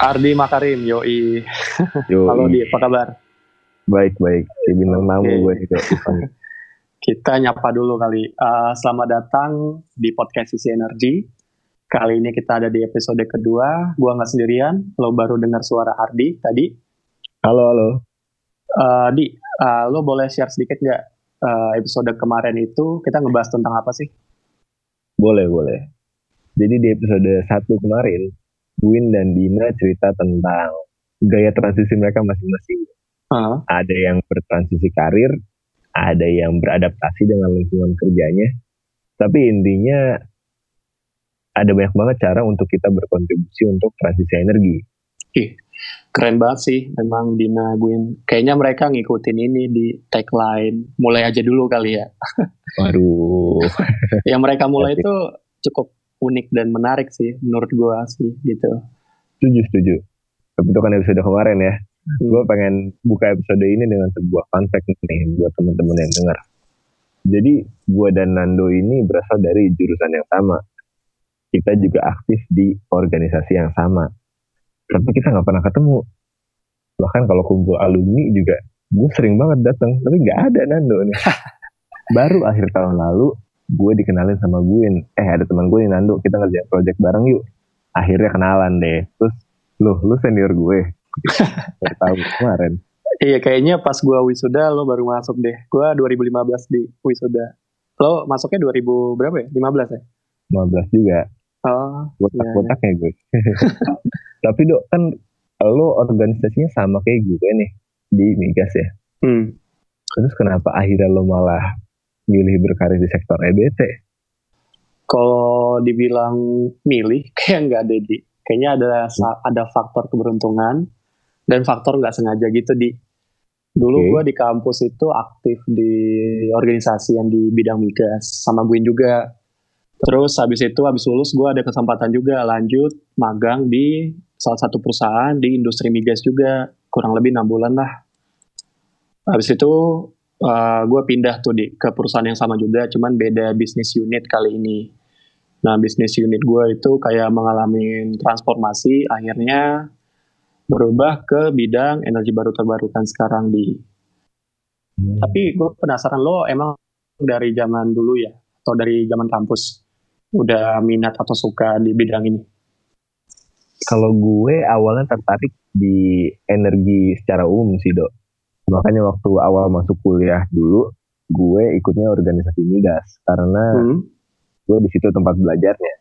Ardi Makarim, yoi. Yo, Halo Di, apa kabar? baik. Si bintang tamu gue Oke, itu. kita nyapa dulu kali. Selamat datang di podcast Sisi Energi. Kali ini kita ada di episode kedua. Gua nggak sendirian, lo baru dengar suara Ardi tadi. Halo. Di, lo boleh share sedikit nggak episode kemarin itu kita ngebahas tentang apa sih? Boleh. Jadi di episode 1 kemarin, Win dan Dina cerita tentang gaya transisi mereka masing-masing. Ah, Ada yang bertransisi karir, ada yang beradaptasi dengan lingkungan kerjanya. Tapi intinya ada banyak banget cara untuk kita berkontribusi untuk transisi energi. ih, keren banget sih, memang Dina Gwyn. Kayaknya mereka ngikutin ini di tagline. Mulai aja dulu kali ya. Waduh. Yang mereka mulai itu cukup unik dan menarik sih menurut gue sih gitu. Setuju. Tapi itu kan episode kemarin ya. Gue pengen buka episode ini dengan sebuah fun fact nih buat teman-teman yang dengar. Jadi gue dan Nando ini berasal dari jurusan yang sama. Kita juga aktif di organisasi yang sama. Tapi kita nggak pernah ketemu. Bahkan kalau kumpul alumni juga, gue sering banget datang. Tapi nggak ada Nando nih. Baru akhir tahun lalu, gue dikenalin sama Gwyn. Ada teman gue nih Nando, kita ngerjain project bareng yuk. Akhirnya kenalan deh. Terus, lu senior gue. Baru tahu kemarin. Iya, kayaknya pas gue wisuda lo baru masuk deh. Gue 2015 di wisuda. Lo masuknya 2000 berapa ya? 15 ya? 15 juga. Oh, Botak-botaknya gue. Tapi Dok, kan lo organisasinya sama kayak gue nih di Migas ya. Terus kenapa akhirnya lo malah milih berkarir di sektor EBT? Kalau dibilang milih, kayak nggak ada di. Kayaknya ada faktor keberuntungan dan faktor nggak sengaja gitu di. Dulu gue di kampus itu aktif di organisasi yang di bidang migas sama Gwyn juga. Terus habis lulus gue ada kesempatan juga lanjut magang di salah satu perusahaan di industri migas juga, kurang lebih 6 bulan lah. Habis itu gue pindah tuh ke perusahaan yang sama juga, cuman beda bisnis unit kali ini. Nah, bisnis unit gue itu kayak mengalami transformasi, akhirnya berubah ke bidang energi baru terbarukan sekarang di. Tapi gue penasaran, lo emang dari zaman dulu ya, atau dari zaman kampus udah minat atau suka di bidang ini? Kalau gue awalnya tertarik di energi secara umum sih Dok. Makanya waktu awal masuk kuliah dulu, gue ikutnya organisasi migas karena gue di situ tempat belajarnya.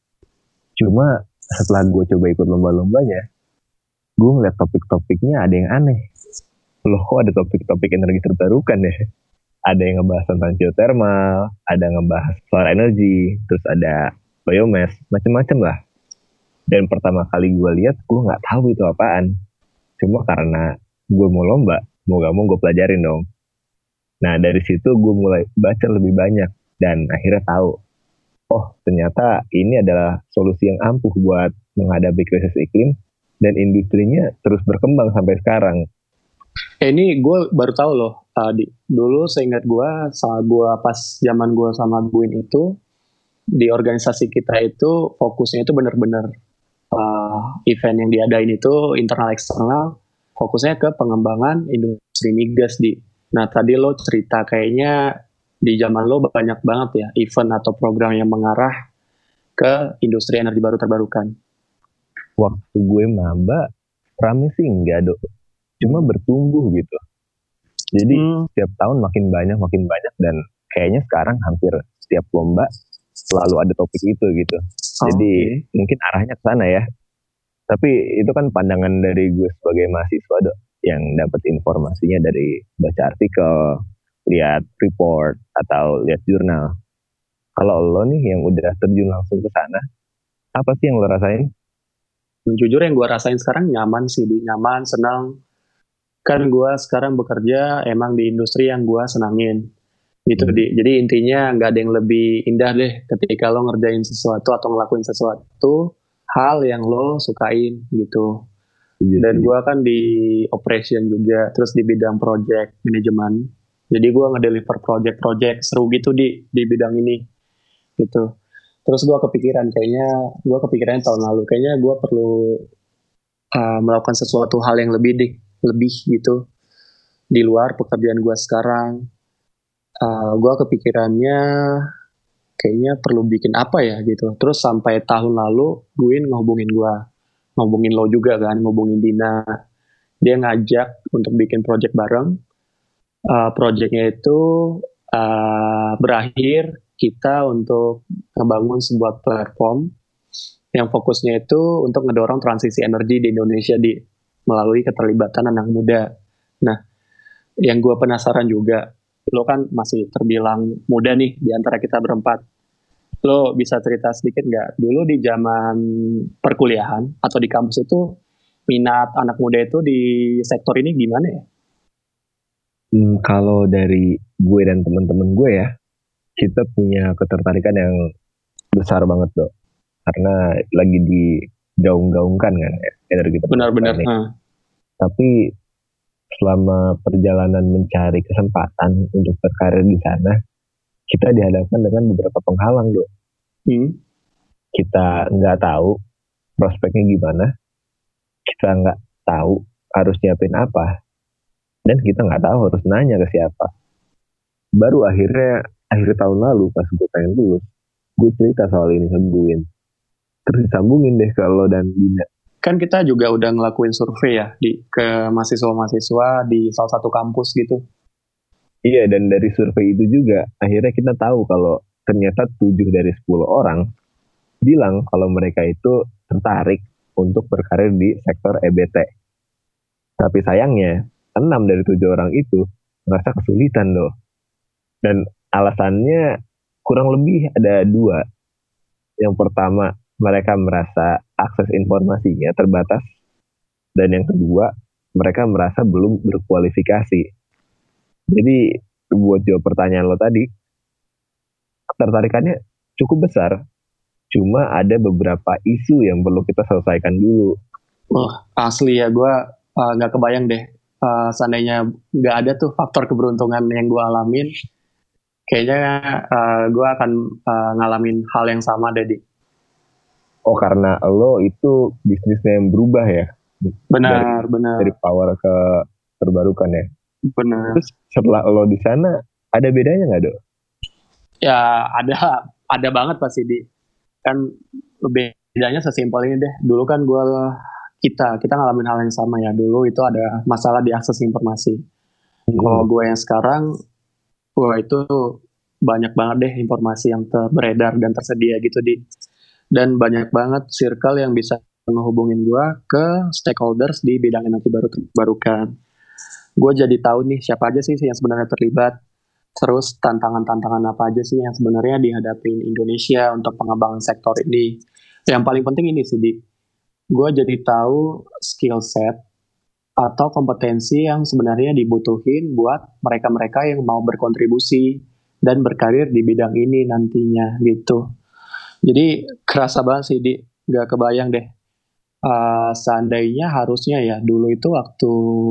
Cuma setelah gue coba ikut lomba-lombanya, gue ngeliat topik-topiknya ada yang aneh. Loh, kok ada topik-topik energi terbarukan ya? Ada yang ngebahas tentang geothermal, ada yang ngebahas solar energy, terus ada biomass, macam-macam lah. Dan pertama kali gue lihat, gue nggak tahu itu apaan. Cuma karena gue mau lomba, mau gak mau gue pelajarin dong. Nah dari situ gue mulai baca lebih banyak dan akhirnya tahu, oh ternyata ini adalah solusi yang ampuh buat menghadapi krisis iklim dan industrinya terus berkembang sampai sekarang. Ini gue baru tahu loh, Di. Dulu seingat gue, pas zaman gue sama Gwyn itu, di organisasi kita itu fokusnya itu benar-benar event yang diadain itu internal eksternal, fokusnya ke pengembangan industri migas di. Nah tadi lo cerita kayaknya di zaman lo banyak banget ya event atau program yang mengarah ke industri energi baru terbarukan. Waktu gue maba, rame sih enggak Dok. Cuma bertumbuh gitu. Jadi setiap tahun makin banyak dan kayaknya sekarang hampir setiap lomba selalu ada topik itu gitu. Jadi mungkin arahnya ke sana ya. Tapi itu kan pandangan dari gue sebagai mahasiswa Dok, yang dapat informasinya dari baca artikel, lihat report atau lihat jurnal. Kalau lo nih yang udah terjun langsung ke sana, apa sih yang lo rasain? Jujur yang gue rasain sekarang nyaman sih, nyaman, senang. Kan gue sekarang bekerja emang di industri yang gue senangin gitu di. Jadi intinya nggak ada yang lebih indah deh ketika lo ngerjain sesuatu atau ngelakuin sesuatu hal yang lo sukain gitu. Dan gue kan di operation juga, terus di bidang project management. Jadi gue ngedeliver project seru gitu di bidang ini gitu. Terus gue kepikiran tahun lalu kayaknya gue perlu melakukan sesuatu hal yang lebih gitu di luar pekerjaan gue sekarang. Gue kepikirannya kayaknya perlu bikin apa ya gitu. Terus sampai tahun lalu Guin ngehubungin lo juga kan, ngehubungin Dina. Dia ngajak untuk bikin project bareng. Projectnya itu berakhir kita untuk ngebangun sebuah platform yang fokusnya itu untuk ngedorong transisi energi di Indonesia melalui keterlibatan anak muda. Nah, yang gue penasaran juga, lo kan masih terbilang muda nih di antara kita berempat. Lo bisa cerita sedikit nggak? Dulu di zaman perkuliahan atau di kampus itu, minat anak muda itu di sektor ini gimana ya? Kalau dari gue dan teman-teman gue ya, kita punya ketertarikan yang besar banget dok. Karena lagi digaung-gaungkan kan ya, energi Benar-benar. terbarukan. Tapi selama perjalanan mencari kesempatan untuk berkarir di sana, kita dihadapkan dengan beberapa penghalang dok. Kita nggak tahu prospeknya gimana, kita nggak tahu harus nyiapin apa, dan kita nggak tahu harus nanya ke siapa. Baru akhir tahun lalu pas gue pengen lulus, gue cerita soal ini sama Buin. Terus disambungin deh ke lo dan Dina. Kan kita juga udah ngelakuin survei ya ke mahasiswa-mahasiswa di salah satu kampus gitu. Iya, dan dari survei itu juga akhirnya kita tahu kalau ternyata 7 dari 10 orang bilang kalau mereka itu tertarik untuk berkarir di sektor EBT. Tapi sayangnya 6 dari 7 orang itu merasa kesulitan loh. Dan alasannya kurang lebih ada 2. Yang pertama, mereka merasa akses informasinya terbatas. Dan yang kedua, mereka merasa belum berkualifikasi. Jadi buat jawab pertanyaan lo tadi, ketertarikannya cukup besar. Cuma ada beberapa isu yang perlu kita selesaikan dulu. Asli ya, gue nggak kebayang deh. Seandainya nggak ada tuh faktor keberuntungan yang gue alamin, kayaknya gue akan ngalamin hal yang sama deh, Di. Oh, karena lo itu bisnisnya yang berubah ya? Benar. Dari power ke terbarukan ya? Benar. Terus setelah lo di sana, ada bedanya nggak, Dok? Ya, ada banget pasti, Di. Kan bedanya sesimpel ini deh. Dulu kan kita ngalamin hal yang sama ya. Dulu itu ada masalah di akses informasi. Kalau gue yang sekarang, gue itu banyak banget deh informasi yang beredar dan tersedia gitu, Di. Dan banyak banget circle yang bisa menghubungin gue ke stakeholders di bidang energi baru terbarukan. Gue jadi tahu nih siapa aja sih yang sebenarnya terlibat, terus tantangan-tantangan apa aja sih yang sebenarnya dihadapin Indonesia untuk pengembangan sektor ini. Yang paling penting ini sih, Di, gue jadi tahu skill set atau kompetensi yang sebenarnya dibutuhin buat mereka-mereka yang mau berkontribusi dan berkarir di bidang ini nantinya gitu. Jadi kerasa banget sih, Di, gak kebayang deh. Seandainya harusnya ya dulu itu waktu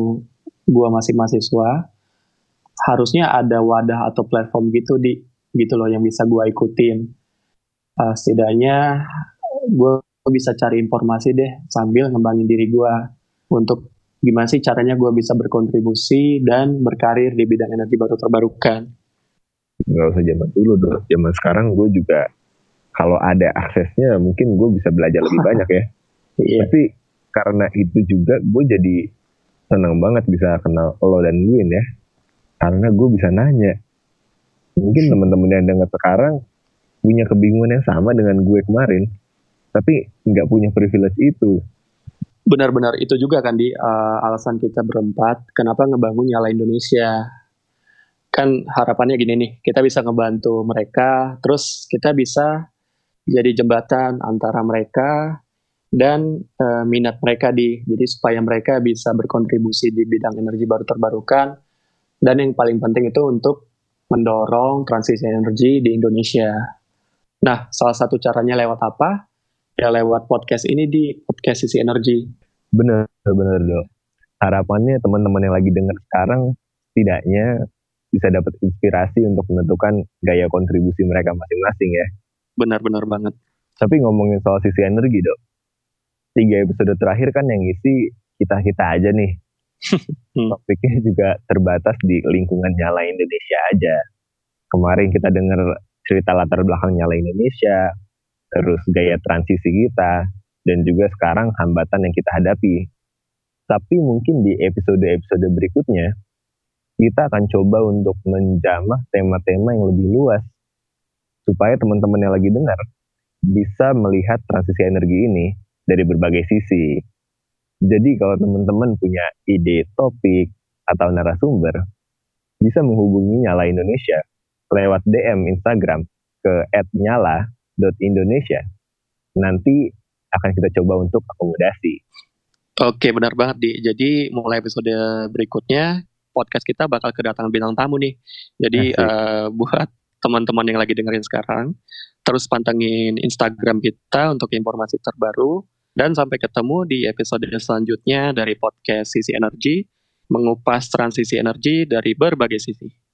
gue masih mahasiswa, harusnya ada wadah atau platform gitu loh yang bisa gue ikutin. Setidaknya gue bisa cari informasi deh sambil ngembangin diri gue untuk gimana sih caranya gue bisa berkontribusi dan berkarir di bidang energi baru terbarukan. Nggak usah zaman dulu, Dok. Zaman sekarang gue juga kalau ada aksesnya mungkin gue bisa belajar lebih banyak ya. Iya. Tapi karena itu juga gue jadi senang banget bisa kenal lo dan Win ya. Karena gue bisa nanya. Mungkin teman-teman yang dengar sekarang punya kebingungan yang sama dengan gue kemarin. Tapi nggak punya privilege itu. Benar-benar itu juga kan, Di, alasan kita berempat kenapa ngebangun Nyala Indonesia. Kan harapannya gini nih, kita bisa ngebantu mereka, terus kita bisa jadi jembatan antara mereka dan minat mereka, jadi supaya mereka bisa berkontribusi di bidang energi baru terbarukan, dan yang paling penting itu untuk mendorong transisi energi di Indonesia. Nah, salah satu caranya lewat apa? Ya lewat podcast ini, di podcast Sisi Energi. Bener Dok. Harapannya teman-teman yang lagi dengar sekarang setidaknya bisa dapat inspirasi untuk menentukan gaya kontribusi mereka masing-masing ya. Benar-benar banget. Tapi ngomongin soal sisi energi, Dok. 3 episode terakhir kan yang ngisi kita-kita aja nih. Topiknya juga terbatas di lingkungan Nyala Indonesia aja. Kemarin kita dengar cerita latar belakang Nyala Indonesia, terus gaya transisi kita, dan juga sekarang hambatan yang kita hadapi. Tapi mungkin di episode-episode berikutnya, kita akan coba untuk menjamah tema-tema yang lebih luas, supaya teman-teman yang lagi dengar bisa melihat transisi energi ini dari berbagai sisi. Jadi kalau teman-teman punya ide topik atau narasumber, bisa menghubungi Nyala Indonesia lewat DM Instagram ke @nyala.indonesia. Nanti akan kita coba untuk akomodasi. Oke, benar banget, Di. Jadi mulai episode berikutnya, podcast kita bakal kedatangan bintang tamu nih. Jadi buat teman-teman yang lagi dengerin sekarang, terus pantengin Instagram kita untuk informasi terbaru. Dan sampai ketemu di episode selanjutnya dari podcast Sisi Energi, mengupas transisi energi dari berbagai sisi.